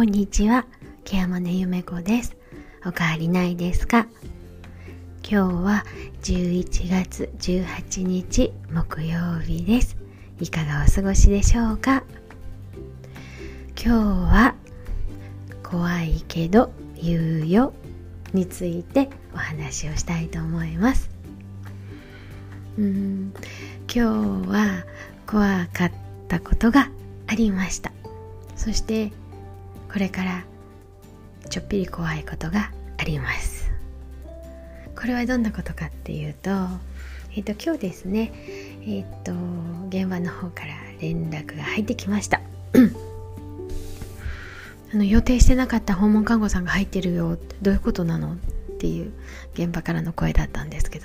こんにちは、ケアマネゆめこです。おかわりないですか？今日は11月18日木曜日です。いかがお過ごしでしょうか？今日は怖いけど言うよについてお話をしたいと思います。今日は怖かったことがありました。そしてこれからちょっぴり怖いことがあります。これはどんなことかっていうと、今日ですね、現場の方から連絡が入ってきました。予定してなかった訪問看護さんが入ってるよ、どういうことなのっていう現場からの声だったんですけど、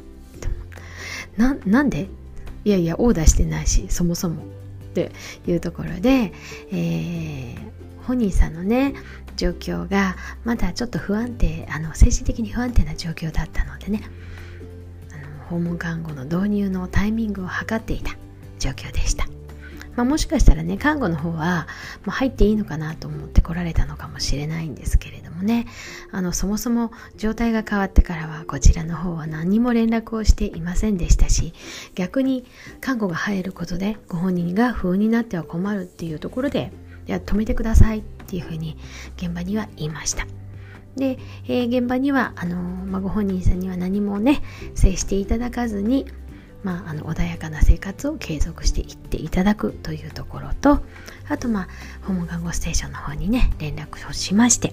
なんで？いやオーダーしてないし、そもそもっていうところで、本人さんのね状況がまだちょっと不安定、精神的に不安定な状況だったのでね、訪問看護の導入のタイミングを測っていた状況でした。もしかしたらね、看護の方はもう入っていいのかなと思って来られたのかもしれないんですけれどもね、そもそも状態が変わってからはこちらの方は何も連絡をしていませんでしたし、逆に看護が入ることでご本人が不安になっては困るっていうところで、いや止めてくださいっていうふうに現場には言いました。で、現場にはご本人さんには何もね制していただかずに、穏やかな生活を継続していっていただくというところと、あと訪問看護ステーションの方にね連絡をしまして、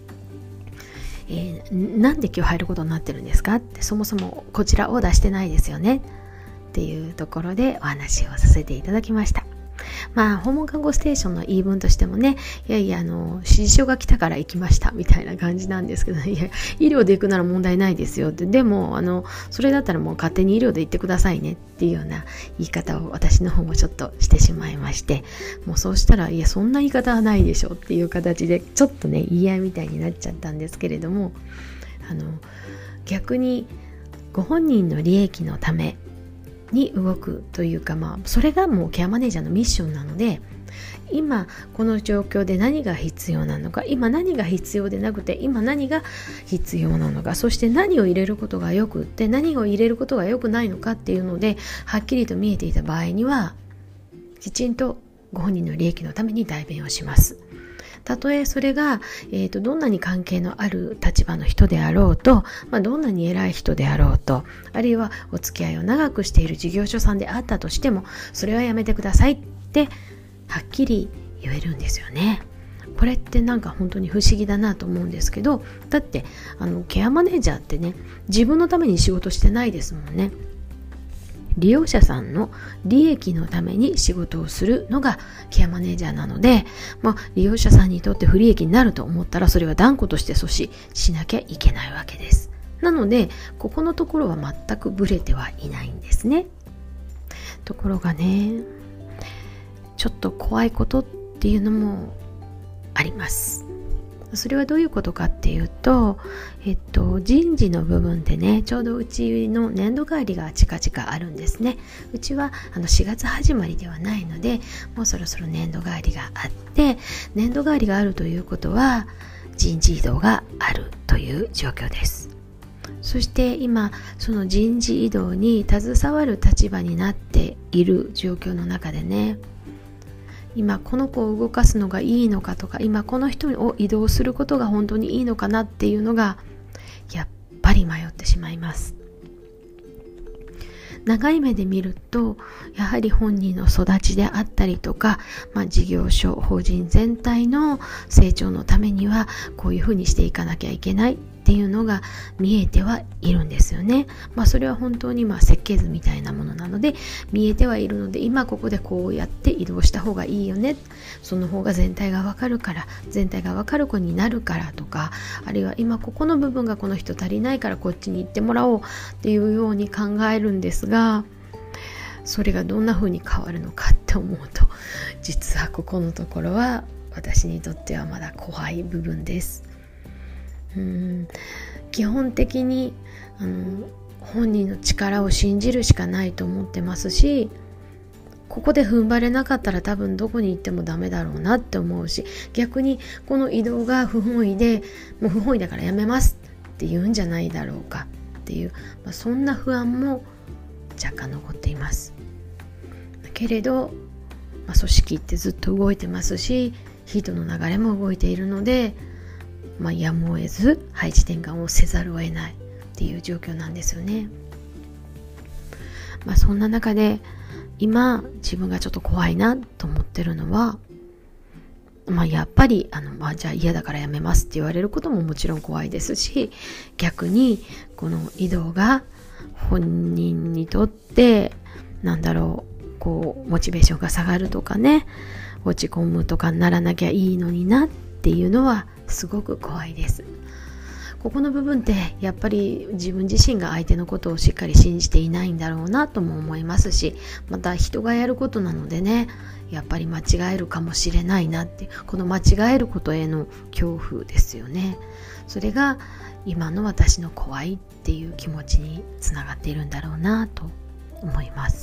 なんで今日入ることになってるんですかって、そもそもこちらオーダーしてないですよねっていうところでお話をさせていただきました。訪問看護ステーションの言い分としてもね、指示書が来たから行きましたみたいな感じなんですけど、医療で行くなら問題ないですよって、でもそれだったらもう勝手に医療で行ってくださいねっていうような言い方を私の方もちょっとしてしまいまして、もうそうしたらそんな言い方はないでしょっていう形でちょっとね言い合いみたいになっちゃったんですけれども、逆にご本人の利益のために動くというか、それがもうケアマネージャーのミッションなので、今この状況で何が必要なのか、今何が必要でなくて今何が必要なのか、そして何を入れることがよくって何を入れることがよくないのかっていうのではっきりと見えていた場合には、きちんとご本人の利益のために代弁をします。たとえそれが、どんなに関係のある立場の人であろうと、どんなに偉い人であろうと、あるいはお付き合いを長くしている事業所さんであったとしても、それはやめてくださいってはっきり言えるんですよね。これってなんか本当に不思議だなと思うんですけど、だってケアマネージャーってね、自分のために仕事してないですもんね。利用者さんの利益のために仕事をするのがケアマネージャーなので、利用者さんにとって不利益になると思ったら、それは断固として阻止しなきゃいけないわけです。なのでここのところは全くブレてはいないんですね。ところがね、ちょっと怖いことっていうのもあります。それはどういうことかっていうと、人事の部分でね、ちょうどうちの年度替わりが近々あるんですね。うちは4月始まりではないので、もうそろそろ年度替わりがあって、年度替わりがあるということは人事異動があるという状況です。そして今その人事異動に携わる立場になっている状況の中でね、今この子を動かすのがいいのかとか、今この人を移動することが本当にいいのかなっていうのがやっぱり迷ってしまいます。長い目で見ると、やはり本人の育ちであったりとか、事業所法人全体の成長のためにはこういうふうにしていかなきゃいけないっていうのが見えてはいるんですよね。それは本当に設計図みたいなものなので見えてはいるので、今ここでこうやって移動した方がいいよね、その方が全体が分かるから、全体が分かる子になるからとか、あるいは今ここの部分がこの人足りないからこっちに行ってもらおうっていうように考えるんですが、それがどんな風に変わるのかって思うと、実はここのところは私にとってはまだ怖い部分です。基本的に本人の力を信じるしかないと思ってますし、 ここで踏ん張れなかったら多分どこに行ってもダメだろうなって思うし、逆にこの移動が不本意でもう不本意だからやめますって言うんじゃないだろうかっていう、そんな不安も若干残っています。けれど、組織ってずっと動いてますし、人の流れも動いているので、やむを得ず配置転換をせざるを得ないっていう状況なんですよね。そんな中で今自分がちょっと怖いなと思ってるのは、やっぱりじゃあ嫌だからやめますって言われることももちろん怖いですし、逆にこの移動が本人にとってモチベーションが下がるとかね、落ち込むとかにならなきゃいいのになっていうのはすごく怖いです。ここの部分ってやっぱり自分自身が相手のことをしっかり信じていないんだろうなとも思いますし、また人がやることなのでね、やっぱり間違えるかもしれないなって、この間違えることへの恐怖ですよね。それが今の私の怖いっていう気持ちにつながっているんだろうなと思います。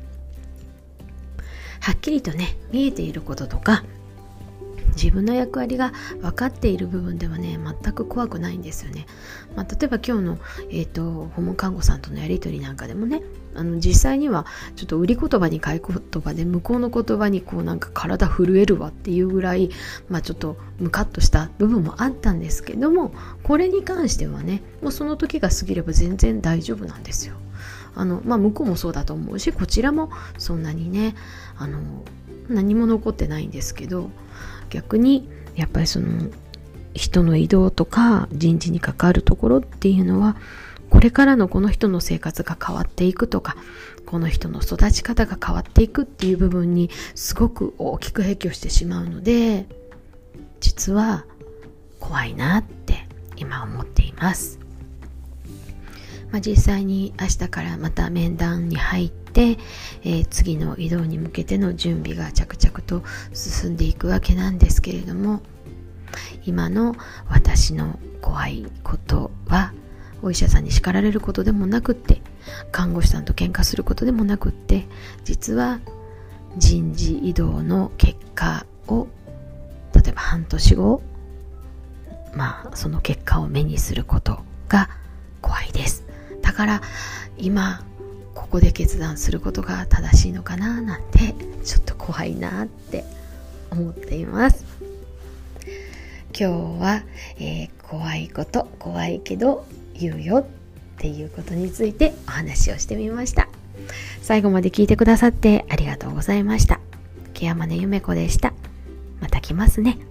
はっきりとね、見えていることとか自分の役割が分かっている部分ではね、全く怖くないんですよね。例えば今日の、訪問看護さんとのやり取りなんかでもね、実際にはちょっと売り言葉に買い言葉で向こうの言葉に体震えるわっていうぐらい、ちょっとムカッとした部分もあったんですけども、これに関してはね、もうその時が過ぎれば全然大丈夫なんですよ。向こうもそうだと思うし、こちらもそんなにね何も残ってないんですけど、逆にやっぱりその人の移動とか人事に関わるところっていうのは、これからのこの人の生活が変わっていくとか、この人の育ち方が変わっていくっていう部分にすごく大きく影響してしまうので、実は怖いなって今思っています。実際に明日からまた面談に入って、次の移動に向けての準備が着々と進んでいくわけなんですけれども、今の私の怖いことはお医者さんに叱られることでもなくって、看護師さんと喧嘩することでもなくって、実は人事異動の結果を例えば半年後、その結果を目にすることが怖いです。だから今ここで決断することが正しいのかななんて、ちょっと怖いなって思っています。今日は、怖いこと、怖いけど言うよっていうことについてお話をしてみました。最後まで聞いてくださってありがとうございました。ケアマネゆめこでした。また来ますね。